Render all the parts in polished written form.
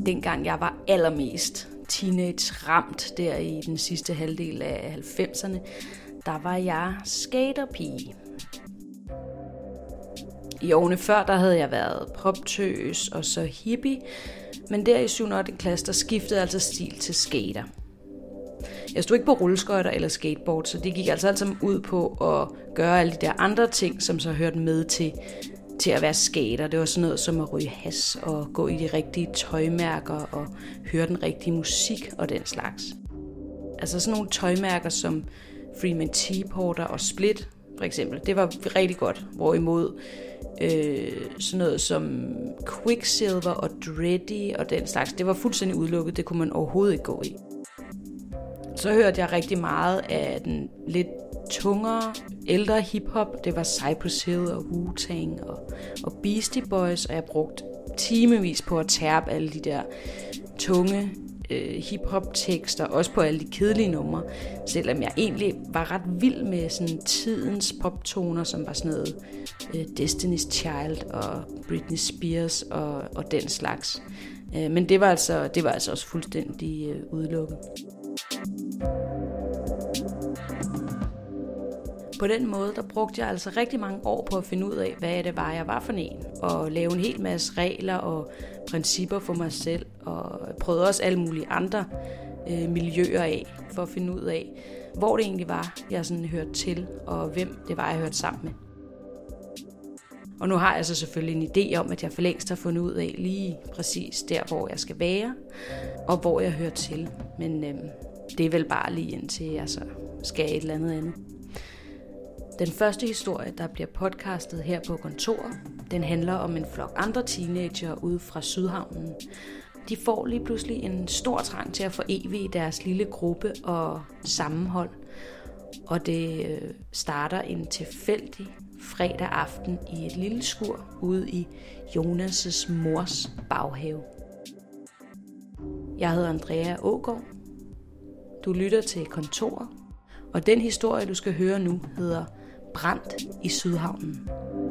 dengang jeg var allermest teenage-ramt der i den sidste halvdel af 90'erne, der var jeg skaterpige. I årene før, der havde jeg været poptøs og så hippie, men der i 7. og 8. klasse, der skiftede altså stil til skater. Jeg stod ikke på rulleskøjter eller skateboard, så det gik altså alt sammen ud på at gøre alle de der andre ting, som så hørte med til at være skater. Det var sådan noget som at ryge hash og gå i de rigtige tøjmærker og høre den rigtige musik og den slags. Altså sådan nogle tøjmærker som Freeman T-Porter og Split for eksempel, det var rigtig godt. Hvorimod sådan noget som Quicksilver og Dreddy og den slags, det var fuldstændig udelukket. Det kunne man overhovedet ikke gå i. Så hørte jeg rigtig meget af den lidt tungere, ældre hiphop. Det var Cypress Hill og Wu-Tang og Beastie Boys, og jeg brugte timevis på at tærpe alle de der tunge hiphop-tekster, også på alle de kedelige numre, selvom jeg egentlig var ret vild med sådan tidens poptoner, som var sådan noget Destiny's Child og Britney Spears og den slags. Men det var altså også fuldstændig udelukket. På den måde, der brugte jeg altså rigtig mange år på at finde ud af, hvad det var, jeg var for en, og lave en hel masse regler og principper for mig selv, og prøvede også alle mulige andre miljøer af, for at finde ud af, hvor det egentlig var, jeg sådan hørte til, og hvem det var, jeg hørte sammen med. Og nu har jeg så selvfølgelig en idé om, at jeg for længst har fundet ud af lige præcis der, hvor jeg skal være, og hvor jeg hører til. Men det er vel bare lige indtil jeg så skal et eller andet. Den første historie, der bliver podcastet her på kontoret, den handler om en flok andre teenager ude fra Sydhavnen. De får lige pludselig en stor trang til at forevige deres lille gruppe og sammenhold. Og det starter en tilfældig fredag aften i et lille skur ude i Jonas' mors baghave. Jeg hedder Andrea Aagaard. Du lytter til kontoret, og den historie, du skal høre nu, hedder Brand i Sydhavnen.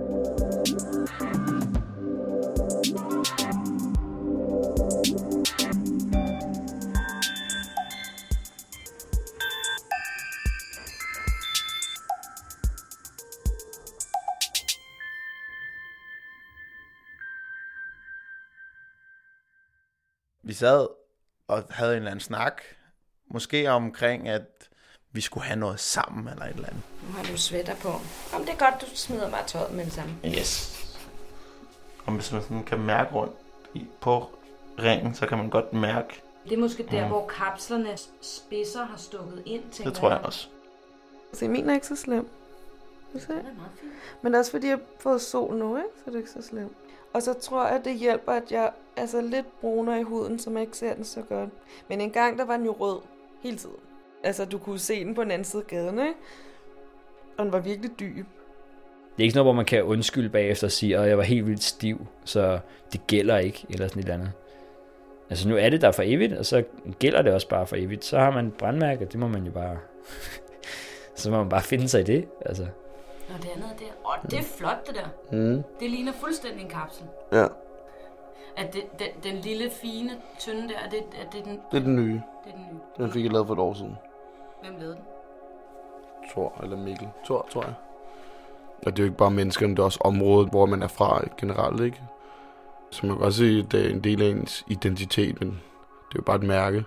Vi sad og havde en eller anden snak, måske omkring, at vi skulle have noget sammen eller et eller andet. Nu har du sweater på. Om det er godt, du smider mig tøjet med det samme. Yes. Og hvis man sådan kan mærke rundt på ringen, så kan man godt mærke. Det er måske der, hvor kapslernes spidser har stukket ind, tænker det tror jeg også. Se, min er ikke så slem. Den er meget fin. Men det er også fordi, jeg har fået sol nu, ikke? Så det er ikke så slemt. Og så tror jeg, at det hjælper, at jeg er så lidt brunere i huden, så man ikke ser den så godt. Men engang, der var den jo rød hele tiden. Altså, du kunne se den på den anden side af gaden, ikke? Og den var virkelig dyb. Det er ikke sådan noget, hvor man kan undskylde bagefter og sige, at jeg var helt vildt stiv, så det gælder ikke, eller sådan et eller andet. Altså, nu er det der for evigt, og så gælder det også bare for evigt. Så har man brandmærker, det må man jo bare... så må man bare finde sig i det, altså. Og det andet der. Det er flot, det der. Det ligner fuldstændig en kapsel. Ja. At den lille, fine, tynde der, er det den... Det er den nye. Det er den nye. Den fik jeg lavet for et år siden. Hvem lavede den? Thor eller Mikkel. Thor, tror jeg. Og det er jo ikke bare menneskerne, det er også området, hvor man er fra generelt, ikke? Så man kan også sige, at det er en del af ens identitet, men det er jo bare et mærke.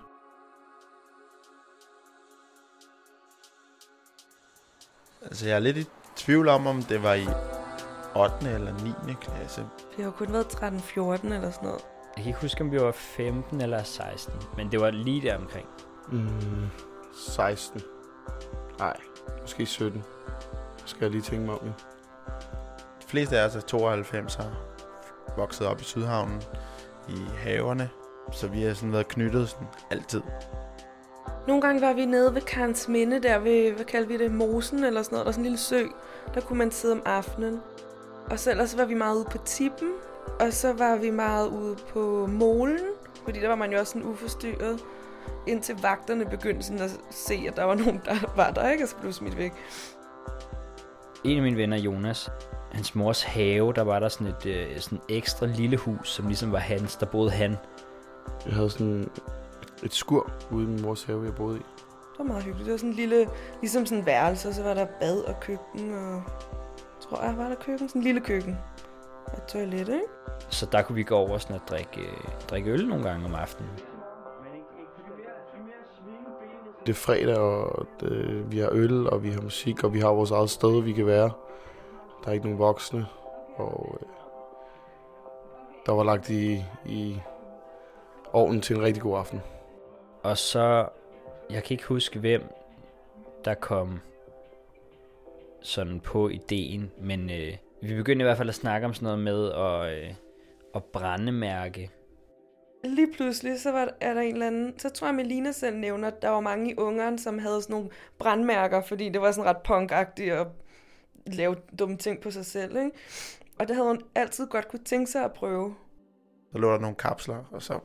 Altså, jeg er lidt i tvivl om det var i 8. eller 9. klasse. Det har kun været 13-14 eller sådan noget. Jeg kan ikke huske, om vi var 15 eller 16, men det var lige der omkring. 16. Nej, måske 17. Skal jeg lige tænke mig om det. De fleste af os er 92 har vokset op i Sydhavnen, i haverne, så vi har sådan været knyttet sådan altid. Nogle gange var vi nede ved Karensminde, der ved, hvad kaldte vi det, Mosen eller sådan noget. Der er sådan en lille sø, der kunne man sidde om aftenen. Og så ellers var vi meget ude på Tippen, og så var vi meget ude på Molen, fordi der var man jo også sådan uforstyrret, indtil vagterne begyndte sådan at se, at der var nogen, der var der, ikke? Og så blev smidt væk. En af mine venner, Jonas, hans mors have, der var der sådan et sådan ekstra lille hus, som ligesom var hans, der boede han. Jeg havde sådan et skur ude i min mors have, jeg boede i. Det var meget hyggeligt. Det var sådan en lille, ligesom sådan en værelse, og så var der bad og køkken, og tror jeg, var der køkken? Sådan en lille køkken. Og et toilet, ikke? Så der kunne vi gå over sådan at drikke øl nogle gange om aftenen. Det er fredag, og vi har øl, og vi har musik, og vi har vores eget sted, vi kan være. Der er ikke nogen voksne, og der var lagt i ovnen til en rigtig god aften. Og så, jeg kan ikke huske hvem, der kom sådan på ideen, men vi begyndte i hvert fald at snakke om sådan noget med at brændemærke. Lige pludselig, så er der en eller anden, så tror jeg, Melina selv nævner, at der var mange i Ungarn, som havde sådan nogle brandmærker, fordi det var sådan ret punkagtigt at lave dumme ting på sig selv, ikke? Og det havde hun altid godt kunne tænke sig at prøve. Så lå der nogle kapsler, og så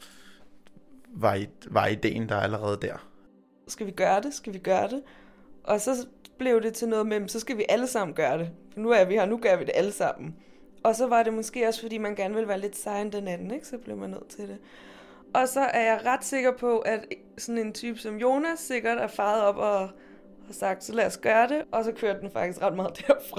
var ideen der allerede der. Skal vi gøre det? Skal vi gøre det? Og så blev det til noget med, så skal vi alle sammen gøre det. Nu er vi her, nu gør vi det alle sammen. Og så var det måske også, fordi man gerne ville være lidt sej end den anden, ikke? Så blev man nødt til det. Og så er jeg ret sikker på, at sådan en type som Jonas sikkert er faret op og har sagt, så lad os gøre det. Og så kørte den faktisk ret meget derfra.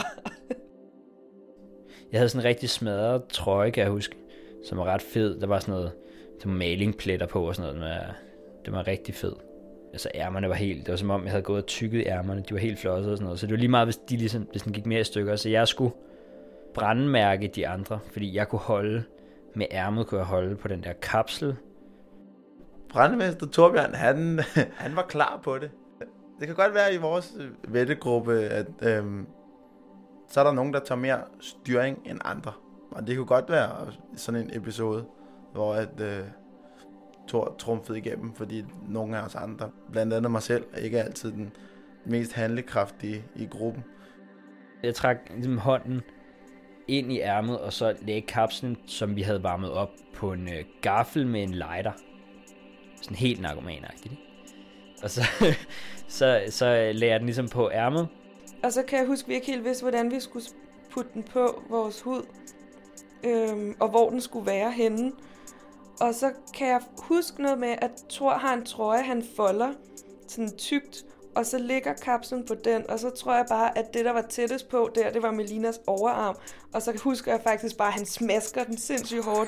Jeg havde sådan en rigtig smadret trøje, kan jeg huske, som var ret fed. Der var sådan noget, der var malingpletter på og sådan noget. Det var rigtig fed. Altså ærmerne var helt, det var som om jeg havde gået og tykket i ærmerne. De var helt flossede og sådan noget. Så det var lige meget, hvis de ligesom, hvis den gik mere i stykker. Så jeg skulle brandmærke de andre, fordi jeg kunne holde, med ærmet kunne jeg holde på den der kapsel. Brandmester Torbjørn, han var klar på det. Det kan godt være i vores vettegruppe, at så er der nogen, der tager mere styring end andre. Og det kunne godt være sådan en episode, hvor at Thor trumfede igennem, fordi nogle af os andre, blandt andet mig selv, er ikke altid den mest handlekraftige i gruppen. Jeg trak ligesom hånden ind i ærmet, og så lagde kapslen, som vi havde varmet op, på en gaffel med en lighter. Sådan helt narkomanagtigt, ikke? Og så lagde jeg den ligesom på ærmet. Og så kan jeg huske, at vi ikke helt vidste, hvordan vi skulle putte den på vores hud, og hvor den skulle være henne. Og så kan jeg huske noget med, at Thor har en trøje, han folder sådan tykt, og så ligger kapslen på den, og så tror jeg bare, at det, der var tættest på der, det var Melinas overarm. Og så husker jeg faktisk bare, at han smasker den sindssygt hårdt.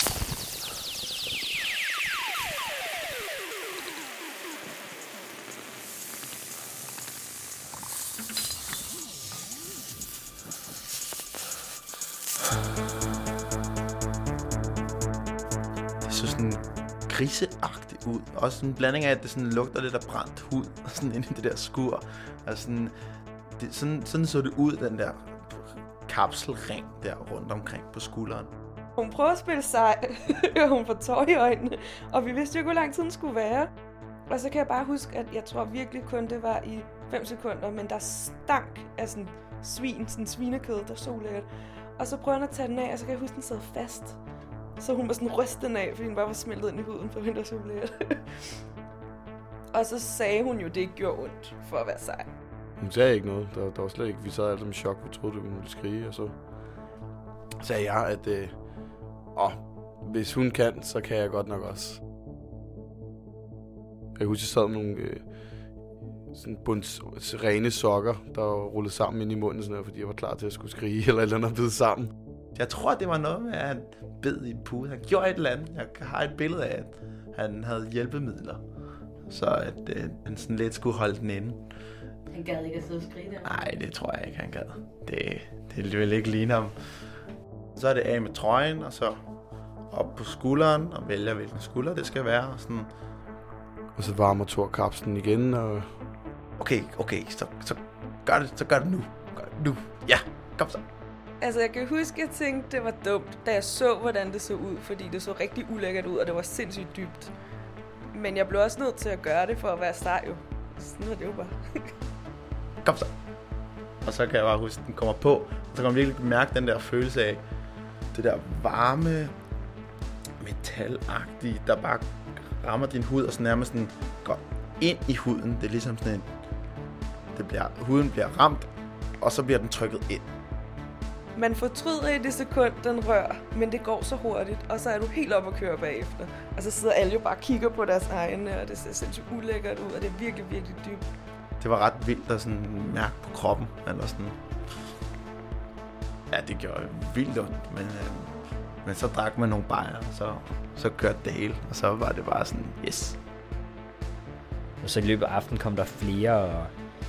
Det så sådan griseagtigt ud. Også sådan en blanding af, at det sådan lugter lidt af brændt hud, og sådan inde i det der skur. Og sådan, sådan så det ud, den der kapselring der rundt omkring på skulderen. Hun prøver at spille sej, og hun får tår i øjnene, og vi vidste jo ikke, hvor lang tid den skulle være. Og så kan jeg bare huske, at jeg tror virkelig kun, det var i 5 sekunder, men der stank af sådan sådan svinekød, der så lækkert. Og så prøver hun at tage den af, og så kan jeg huske, den sad fast. Så hun var sådan rystet af, fordi den bare var smeltet ind i huden, for hende der så lækkert. Og så sagde hun jo, det ikke gjorde ondt for at være sej. Hun sagde ikke noget. Der var slet ikke. Vi sad alle med chok. Vi troede, vi måtte skrige. Og så sagde jeg, at hvis hun kan, så kan jeg godt nok også. Jeg husker, jeg sad med nogle sådan rene sokker, der rullede sammen ind i munden, sådan her, fordi jeg var klar til at skulle skrige eller et eller andet bide sammen. Jeg tror, det var noget med, at han bed i en pude. Han gjorde et eller andet. Jeg har et billede af, at han havde hjælpemidler, så at han sådan lidt skulle holde den inde. Han gad ikke at sidde og skrige der? Nej, det tror jeg ikke, han gad. Det vil ikke ligne ham. Så er det af med trøjen, og så op på skulderen, og vælger, hvilken skulder det skal være. Og sådan. Og så varmer Thor kapslen igen, og... Okay, så gør det nu. Gør det nu. Ja, kom så. Altså, jeg kan huske, jeg tænkte, det var dumt, da jeg så, hvordan det så ud, fordi det så rigtig ulækkert ud, og det var sindssygt dybt. Men jeg blev også nødt til at gøre det, for at være sej jo. Sådan er det jo bare. Kom så. Og så kan jeg bare huske, at den kommer på, og så kan man virkelig mærke den der følelse af, det der varme, metalagtige, der bare rammer din hud, og så nærmest sådan går ind i huden. Det er ligesom sådan en, huden bliver ramt, og så bliver den trykket ind. Man fortryder i det sekund, den rør, men det går så hurtigt, og så er du helt op at køre bagefter. Og så sidder alle jo bare og kigger på deres egne, og det ser sindssygt ulækkert ud, og det er virkelig, virkelig dybt. Det var ret vildt at sådan mærke på kroppen, eller sådan. Ja, det gjorde vildt ondt, men så drak man nogle bajer, og så kørte det hele, og så var det bare sådan, yes. Og så i løbet af aftenen kom der flere, og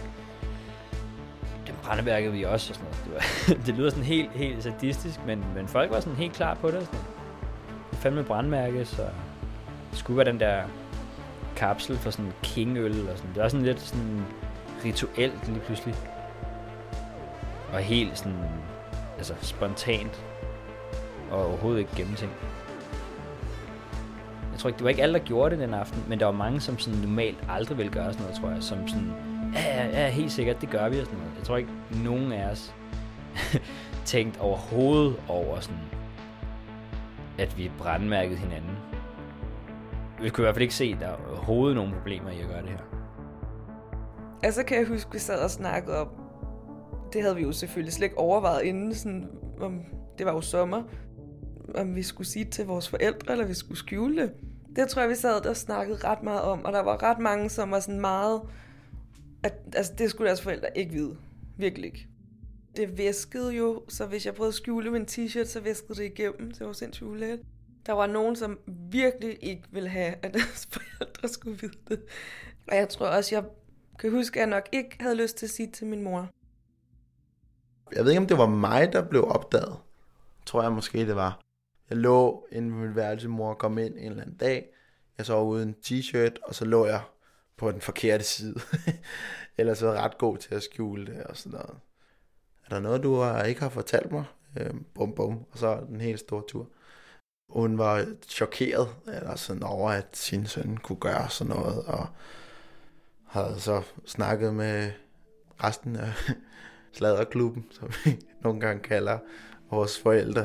den brændemærkede vi også, og sådan noget. Det lyder sådan helt sadistisk, men folk var sådan helt klar på det, og sådan noget. Det fandme brændemærke, så det skulle være den der kapsel for sådan kingøl, og sådan. Det var sådan lidt sådan rituelt lige pludselig. Og helt sådan, altså spontant, og overhovedet ikke gennemtænkt. Jeg tror ikke, det var ikke alle, der gjorde det den aften, men der var mange, som sådan normalt aldrig ville gøre sådan noget, tror jeg. Som sådan, ja, helt sikkert, det gør vi og sådan noget. Jeg tror ikke, nogen af os tænkte overhovedet over sådan, at vi brændmærkede hinanden. Vi kunne i hvert fald ikke se, at der var overhovedet nogen problemer i at gøre det her. Altså kan jeg huske, vi sad og snakkede om, det havde vi jo selvfølgelig slet ikke overvejet inden, sådan, om det var jo sommer, om vi skulle sige til vores forældre, eller vi skulle skjule det. Det tror jeg, vi sad og snakkede ret meget om, og der var ret mange, som var sådan meget, at altså, det skulle deres forældre ikke vide. Virkelig ikke. Det væskede jo, så hvis jeg prøvede at skjule med en t-shirt, så væskede det igennem. Det var sindssygt ulækkert. Der var nogen, som virkelig ikke ville have, at deres forældre skulle vide det. Og jeg tror også, jeg kan huske, at jeg nok ikke havde lyst til at sige til min mor. Jeg ved ikke, om det var mig, der blev opdaget. Tror jeg måske, det var. Jeg lå inde ved min værelse, mor kom ind en eller anden dag. Jeg sov uden t-shirt, og så lå jeg på den forkerte side. Ellers var jeg ret god til at skjule det og sådan noget. Er der noget, du ikke har fortalt mig? Bum bum. Og så den helt store tur. Hun var chokeret eller sådan over, at sin søn kunne gøre sådan noget. Og havde så snakket med resten af sladderklubben, som vi nogle gange kalder vores forældre.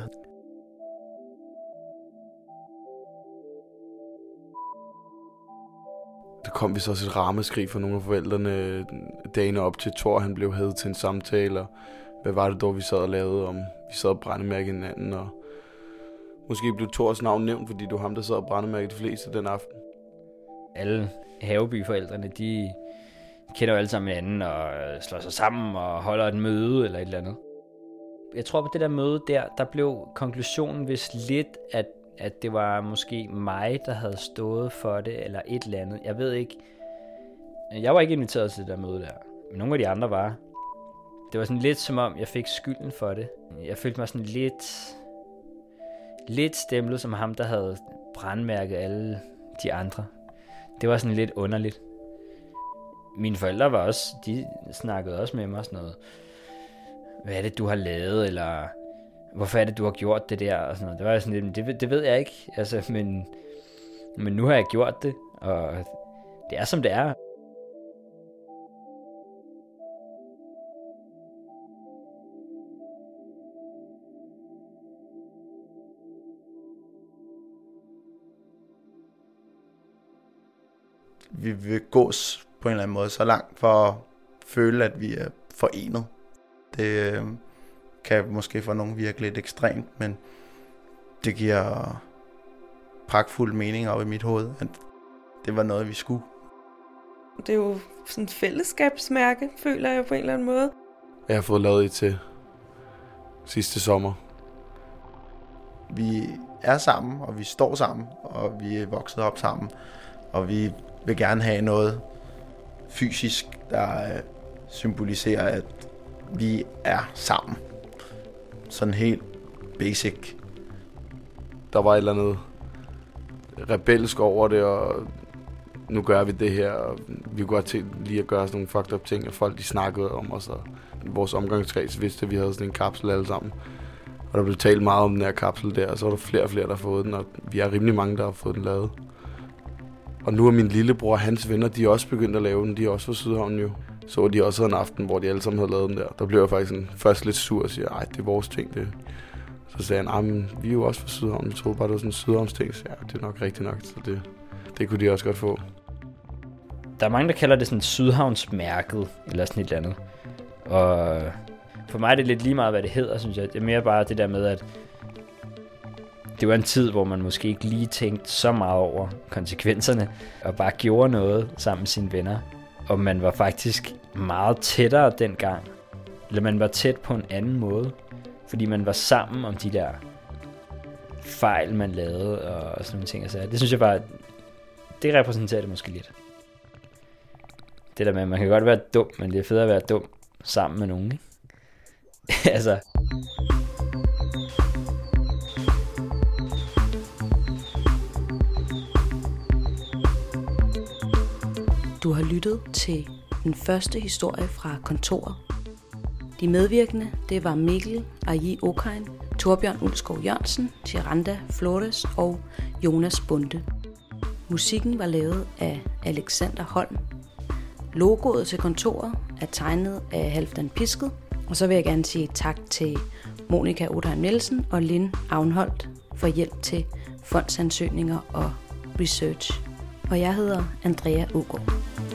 Der kom vi så også et ramaskrig fra nogle af forældrene dagen op til Thor, han blev hævet til en samtale, og hvad var det dog, vi sad og lavede om? Vi sad og brændemærkede hinanden, og måske blev Thors navn nævnt, fordi det var ham, der sad og brændemærkede de fleste den aften. Alle Haveby-forældrene, de kender jo alle sammen hinanden og slår sig sammen og holder et møde eller et eller andet. Jeg tror på det der møde der blev konklusionen vist lidt, at det var måske mig, der havde stået for det, eller et eller andet. Jeg ved ikke. Jeg var ikke inviteret til det der møde der, men nogle af de andre var. Det var sådan lidt som om, jeg fik skylden for det. Jeg følte mig sådan lidt stemplet som ham, der havde brandmærket alle de andre. Det var sådan lidt underligt. Mine forældre var også, de snakkede også med mig sådan noget. Hvad er det, du har lavet, eller hvorfor er det, du har gjort det der, og sådan noget. Det var sådan lidt, det ved jeg ikke, altså, men nu har jeg gjort det, og det er som det er. Vi vil gås på en eller anden måde så langt for at føle, at vi er forenet. Det kan måske for nogen virke lidt ekstremt, men det giver pragtfuld mening op i mit hoved, at det var noget, vi skulle. Det er jo sådan et fællesskabsmærke, føler jeg på en eller anden måde. Jeg har fået lavet et til sidste sommer. Vi er sammen, og vi står sammen, og vi er vokset op sammen, og vi vil gerne have noget fysisk, der symboliserer, at vi er sammen. Sådan helt basic. Der var et eller andet rebelsk over det, og nu gør vi det her, og vi kunne godt til lige at gøre sådan nogle fucked up ting, og folk de snakkede om os, og vores omgangskreds vidste, at vi havde sådan en kapsel alle sammen. Og der blev talt meget om den her kapsel der, og så var der flere og flere, der har fået den, og vi er rimelig mange, der har fået den lavet. Og nu er min lillebror og hans venner, de er også begyndt at lave den, de er også fra Sydhavn jo. Så var de også havde en aften, hvor de alle sammen havde lavet den der. Der blev jeg faktisk først lidt sur og siger, ej, det er vores ting, det. Så sagde han, men vi er jo også fra Sydhavn, vi troede bare, det var sådan en Sydhavns ting. Så ja, det er nok rigtigt nok, så det kunne de også godt få. Der er mange, der kalder det sådan Sydhavnsmærket, eller sådan et eller andet. Og For mig er det lidt lige meget, hvad det hedder, synes jeg. Det er mere bare det der med, at det var en tid, hvor man måske ikke lige tænkte så meget over konsekvenserne, og bare gjorde noget sammen med sine venner. Og man var faktisk meget tættere dengang. Eller man var tæt på en anden måde. Fordi man var sammen om de der fejl, man lavede, og sådan nogle ting. Altså, det synes jeg bare, det repræsenterer det måske lidt. Det der med, at man kan godt være dum, men det er federe at være dum sammen med nogen, ikke? Altså. Du har lyttet til den første historie fra kontoret. De medvirkende, det var Mikkel Aji Okain, Torbjørn Ulskov Jørgensen, Giranda Flores og Jonas Bunde. Musikken var lavet af Alexander Holm. Logoet til kontoret er tegnet af Halfdan Pisket. Og så vil jeg gerne sige tak til Monika Otheim Nielsen og Linn Avnholdt for hjælp til fondsansøgninger og research. Og jeg hedder Andrea Aagaard.